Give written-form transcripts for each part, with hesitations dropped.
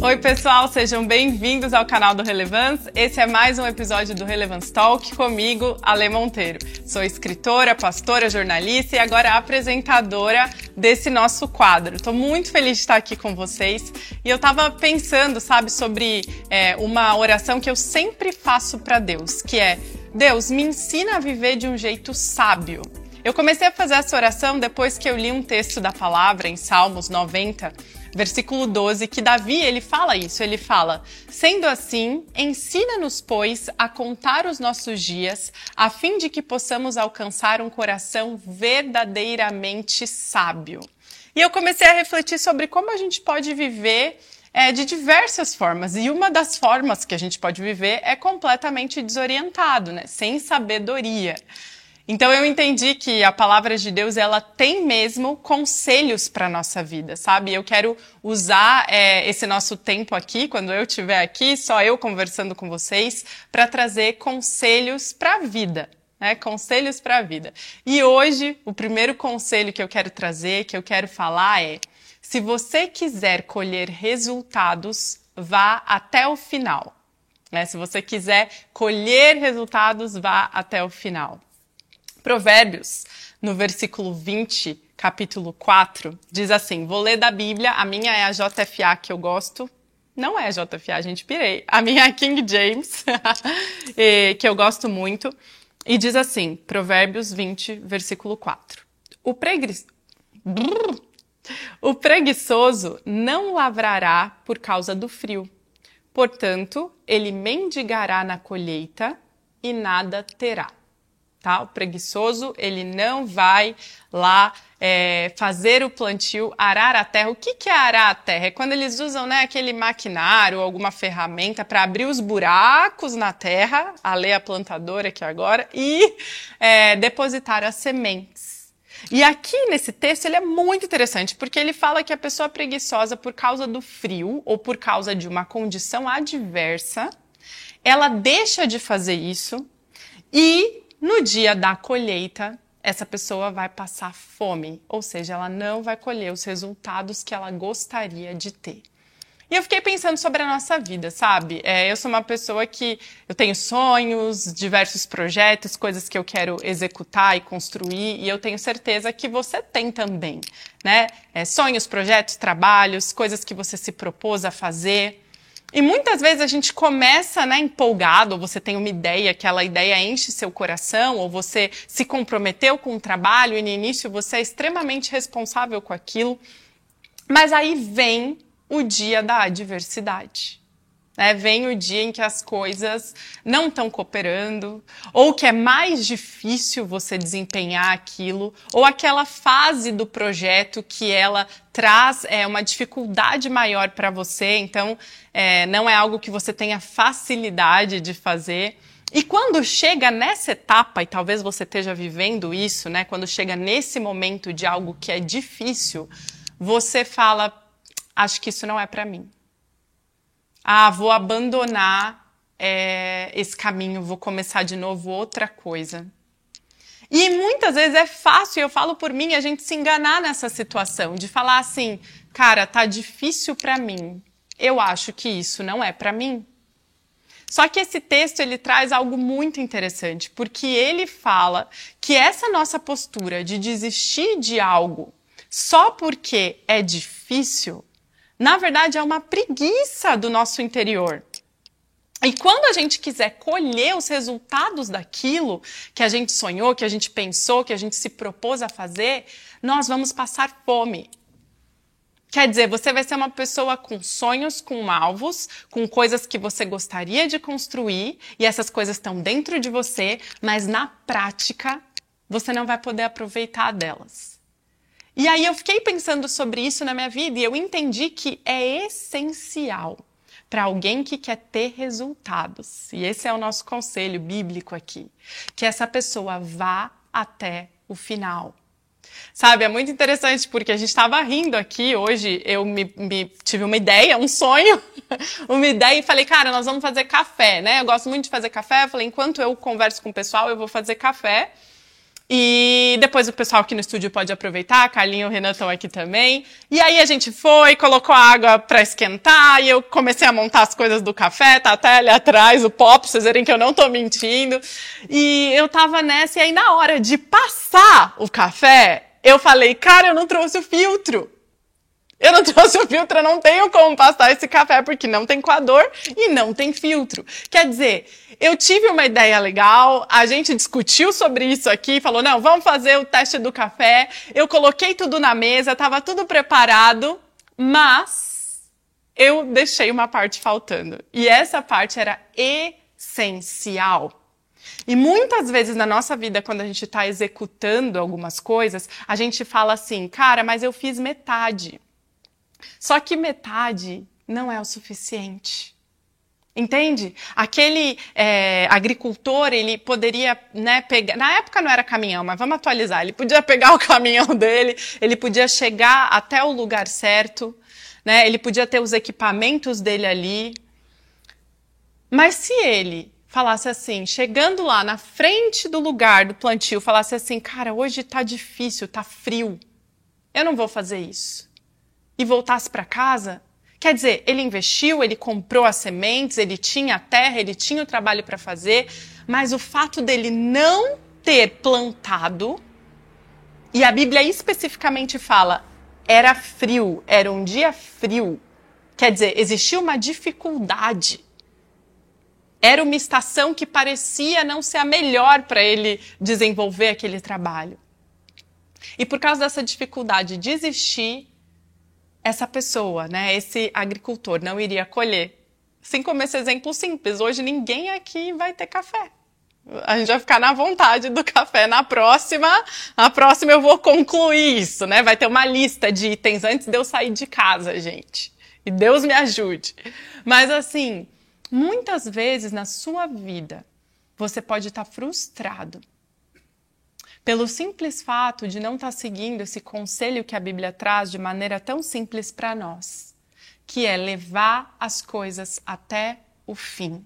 Oi pessoal, sejam bem-vindos ao canal do Relevance. Esse é mais um episódio do Relevance Talk comigo, Ale Monteiro. Sou escritora, pastora, jornalista e agora apresentadora desse nosso quadro. Estou muito feliz de estar aqui com vocês e eu estava pensando, sobre uma oração que eu sempre faço para Deus, que é: Deus, me ensina a viver de um jeito sábio. Eu comecei a fazer essa oração depois que eu li um texto da palavra em Salmos 90, versículo 12, que Davi, ele fala isso, ele fala: sendo assim, ensina-nos, pois, a contar os nossos dias, a fim de que possamos alcançar um coração verdadeiramente sábio. E eu comecei a refletir sobre como a gente pode viver de diversas formas, e uma das formas que a gente pode viver é completamente desorientado, sem sabedoria. Então eu entendi que a palavra de Deus, ela tem mesmo conselhos para a nossa vida, sabe? Eu quero usar esse nosso tempo aqui, quando eu estiver aqui, só eu conversando com vocês, para trazer conselhos para a vida, Conselhos para a vida. E hoje, o primeiro conselho que eu quero trazer, que eu quero falar é: se você quiser colher resultados, vá até o final. Se você quiser colher resultados, vá até o final. Provérbios, no versículo 20, capítulo 4, diz assim, vou ler da Bíblia, a minha é a JFA que eu gosto, não é a JFA, gente, pirei, a minha é a King James, que eu gosto muito, e diz assim, Provérbios 20, versículo 4, o preguiçoso não lavrará por causa do frio, portanto, ele mendigará na colheita e nada terá. O preguiçoso, ele não vai lá fazer o plantio, arar a terra. O que é arar a terra? É quando eles usam aquele maquinário ou alguma ferramenta para abrir os buracos na terra, a Lê, plantadora aqui agora, e depositar as sementes. E aqui nesse texto ele é muito interessante, porque ele fala que a pessoa preguiçosa, por causa do frio ou por causa de uma condição adversa, ela deixa de fazer isso e no dia da colheita, essa pessoa vai passar fome, ou seja, ela não vai colher os resultados que ela gostaria de ter. E eu fiquei pensando sobre a nossa vida, sabe? Eu sou uma pessoa que eu tenho sonhos, diversos projetos, coisas que eu quero executar e construir, e eu tenho certeza que você tem também, sonhos, projetos, trabalhos, coisas que você se propôs a fazer. E muitas vezes a gente começa empolgado, ou você tem uma ideia, aquela ideia enche seu coração, ou você se comprometeu com o trabalho e no início você é extremamente responsável com aquilo, mas aí vem o dia da adversidade. Vem o dia em que as coisas não estão cooperando, ou que é mais difícil você desempenhar aquilo, ou aquela fase do projeto que ela traz uma dificuldade maior para você, então não é algo que você tenha facilidade de fazer. E quando chega nessa etapa, e talvez você esteja vivendo isso, quando chega nesse momento de algo que é difícil, você fala, acho que isso não é para mim. Vou abandonar esse caminho, vou começar de novo outra coisa. E muitas vezes é fácil, eu falo por mim, a gente se enganar nessa situação, de falar assim, cara, tá difícil pra mim, eu acho que isso não é pra mim. Só que esse texto, ele traz algo muito interessante, porque ele fala que essa nossa postura de desistir de algo só porque é difícil, na verdade, é uma preguiça do nosso interior. E quando a gente quiser colher os resultados daquilo que a gente sonhou, que a gente pensou, que a gente se propôs a fazer, nós vamos passar fome. Quer dizer, você vai ser uma pessoa com sonhos, com alvos, com coisas que você gostaria de construir, e essas coisas estão dentro de você, mas na prática, você não vai poder aproveitar delas. E aí eu fiquei pensando sobre isso na minha vida e eu entendi que é essencial para alguém que quer ter resultados. E esse é o nosso conselho bíblico aqui, que essa pessoa vá até o final. Sabe, é muito interessante porque a gente estava rindo aqui hoje, eu tive uma ideia, um sonho, uma ideia e falei, cara, nós vamos fazer café, Eu gosto muito de fazer café, eu falei, enquanto eu converso com o pessoal, eu vou fazer café. E depois o pessoal aqui no estúdio pode aproveitar, a Carlinha e o Renan estão aqui também. E aí a gente foi, colocou a água para esquentar e eu comecei a montar as coisas do café, tá até ali atrás o pó, pra vocês verem que eu não tô mentindo. E eu tava nessa e aí na hora de passar o café, eu falei, cara, eu não trouxe o filtro. Eu não trouxe o filtro, eu não tenho como passar esse café porque não tem coador e não tem filtro. Quer dizer, eu tive uma ideia legal, a gente discutiu sobre isso aqui, falou, não, vamos fazer o teste do café. Eu coloquei tudo na mesa, estava tudo preparado, mas eu deixei uma parte faltando. E essa parte era essencial. E muitas vezes na nossa vida, quando a gente está executando algumas coisas, a gente fala assim, cara, mas eu fiz metade. Só que metade não é o suficiente. Entende? Aquele agricultor, ele poderia, né, pegar... Na época não era caminhão, mas vamos atualizar. Ele podia pegar o caminhão dele, ele podia chegar até o lugar certo, né? Ele podia ter os equipamentos dele ali. Mas se ele falasse assim, chegando lá na frente do lugar do plantio, falasse assim, cara, hoje tá difícil, tá frio, eu não vou fazer isso. E voltasse para casa, quer dizer, ele investiu, ele comprou as sementes, ele tinha a terra, ele tinha o trabalho para fazer, mas o fato dele não ter plantado, e a Bíblia especificamente fala, era frio, era um dia frio, quer dizer, existia uma dificuldade. Era uma estação que parecia não ser a melhor para ele desenvolver aquele trabalho. E por causa dessa dificuldade de existir, essa pessoa, né, esse agricultor não iria colher. Assim como esse exemplo simples, hoje ninguém aqui vai ter café. A gente vai ficar na vontade do café na próxima eu vou concluir isso, né? Vai ter uma lista de itens antes de eu sair de casa, gente. E Deus me ajude. Mas assim, muitas vezes na sua vida, você pode estar frustrado pelo simples fato de não estar seguindo esse conselho que a Bíblia traz de maneira tão simples para nós, que é levar as coisas até o fim.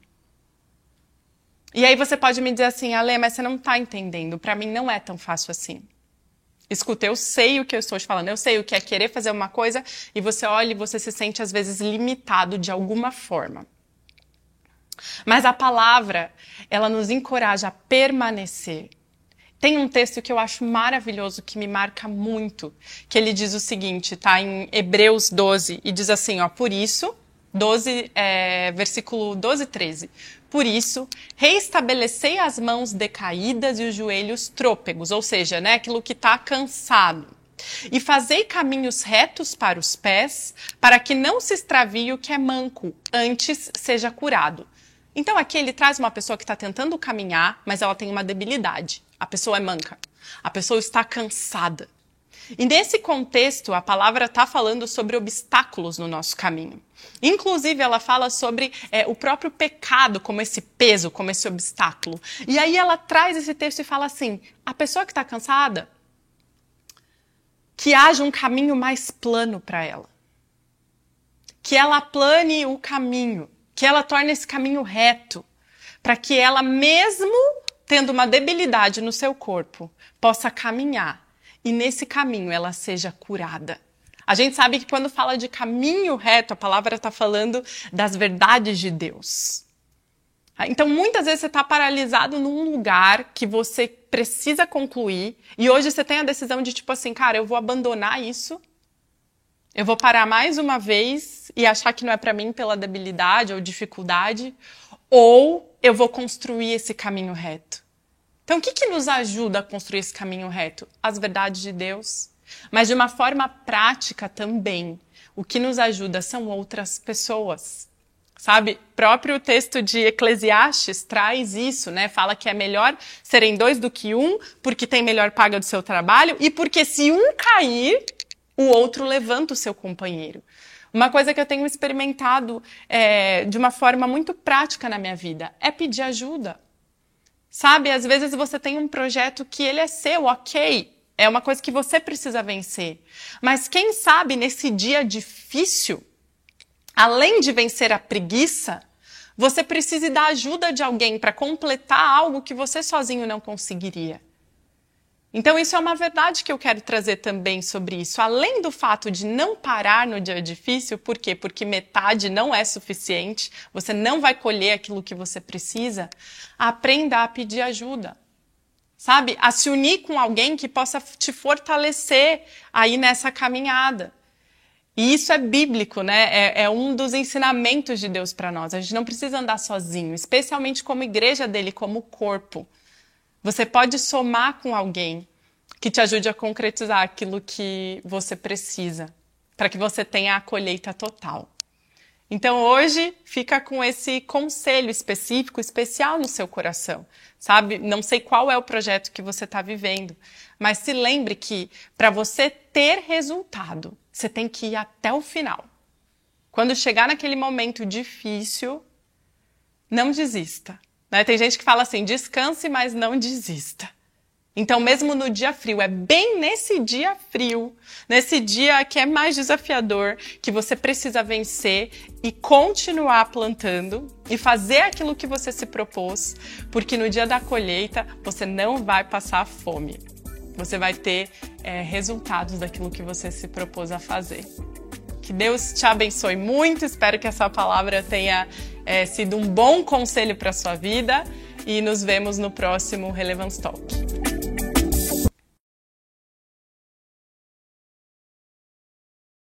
E aí você pode me dizer assim, Ale, mas você não está entendendo, para mim não é tão fácil assim. Escuta, eu sei o que eu estou te falando, eu sei o que é querer fazer uma coisa e você olha e você se sente às vezes limitado de alguma forma. Mas a palavra, ela nos encoraja a permanecer. Tem um texto que eu acho maravilhoso, que me marca muito, que ele diz o seguinte, tá em Hebreus 12, e diz assim, ó, por isso, versículo 12 e 13, por isso, reestabelecei as mãos decaídas e os joelhos trôpegos, ou seja, né, aquilo que está cansado, e fazei caminhos retos para os pés, para que não se extravie o que é manco, antes seja curado. Então aqui ele traz uma pessoa que está tentando caminhar, mas ela tem uma debilidade. A pessoa é manca. A pessoa está cansada. E nesse contexto, a palavra está falando sobre obstáculos no nosso caminho. Inclusive, ela fala sobre o próprio pecado como esse peso, como esse obstáculo. E aí ela traz esse texto e fala assim, a pessoa que está cansada, que haja um caminho mais plano para ela. Que ela aplane o caminho. Que ela torne esse caminho reto, para que ela, mesmo tendo uma debilidade no seu corpo, possa caminhar e nesse caminho ela seja curada. A gente sabe que quando fala de caminho reto, a palavra está falando das verdades de Deus. Então, muitas vezes você está paralisado num lugar que você precisa concluir e hoje você tem a decisão de tipo assim, cara, eu vou abandonar isso. Eu vou parar mais uma vez e achar que não é para mim pela debilidade ou dificuldade, ou eu vou construir esse caminho reto. Então, o que nos ajuda a construir esse caminho reto? As verdades de Deus, mas de uma forma prática também. O que nos ajuda são outras pessoas. Sabe, próprio texto de Eclesiastes traz isso, né? Fala que é melhor serem dois do que um, porque tem melhor paga do seu trabalho e porque se um cair, o outro levanta o seu companheiro. Uma coisa que eu tenho experimentado de uma forma muito prática na minha vida é pedir ajuda. Sabe, às vezes você tem um projeto que ele é seu, ok, é uma coisa que você precisa vencer. Mas quem sabe nesse dia difícil, além de vencer a preguiça, você precise da ajuda de alguém para completar algo que você sozinho não conseguiria. Então isso é uma verdade que eu quero trazer também sobre isso. Além do fato de não parar no dia difícil, por quê? Porque metade não é suficiente, você não vai colher aquilo que você precisa, aprenda a pedir ajuda. Sabe? A se unir com alguém que possa te fortalecer aí nessa caminhada. E isso é bíblico, né? É um dos ensinamentos de Deus para nós. A gente não precisa andar sozinho, especialmente como igreja dele, como corpo. Você pode somar com alguém que te ajude a concretizar aquilo que você precisa, para que você tenha a colheita total. Então hoje fica com esse conselho específico, especial no seu coração, sabe? Não sei qual é o projeto que você está vivendo, mas se lembre que para você ter resultado, você tem que ir até o final. Quando chegar naquele momento difícil, não desista. Né? Tem gente que fala assim, descanse, mas não desista. Então, mesmo no dia frio, é bem nesse dia frio, nesse dia que é mais desafiador, que você precisa vencer e continuar plantando e fazer aquilo que você se propôs, porque no dia da colheita você não vai passar fome. Você vai ter resultados daquilo que você se propôs a fazer. Que Deus te abençoe muito, espero que essa palavra tenha sido um bom conselho para a sua vida e nos vemos no próximo Relevance Talk.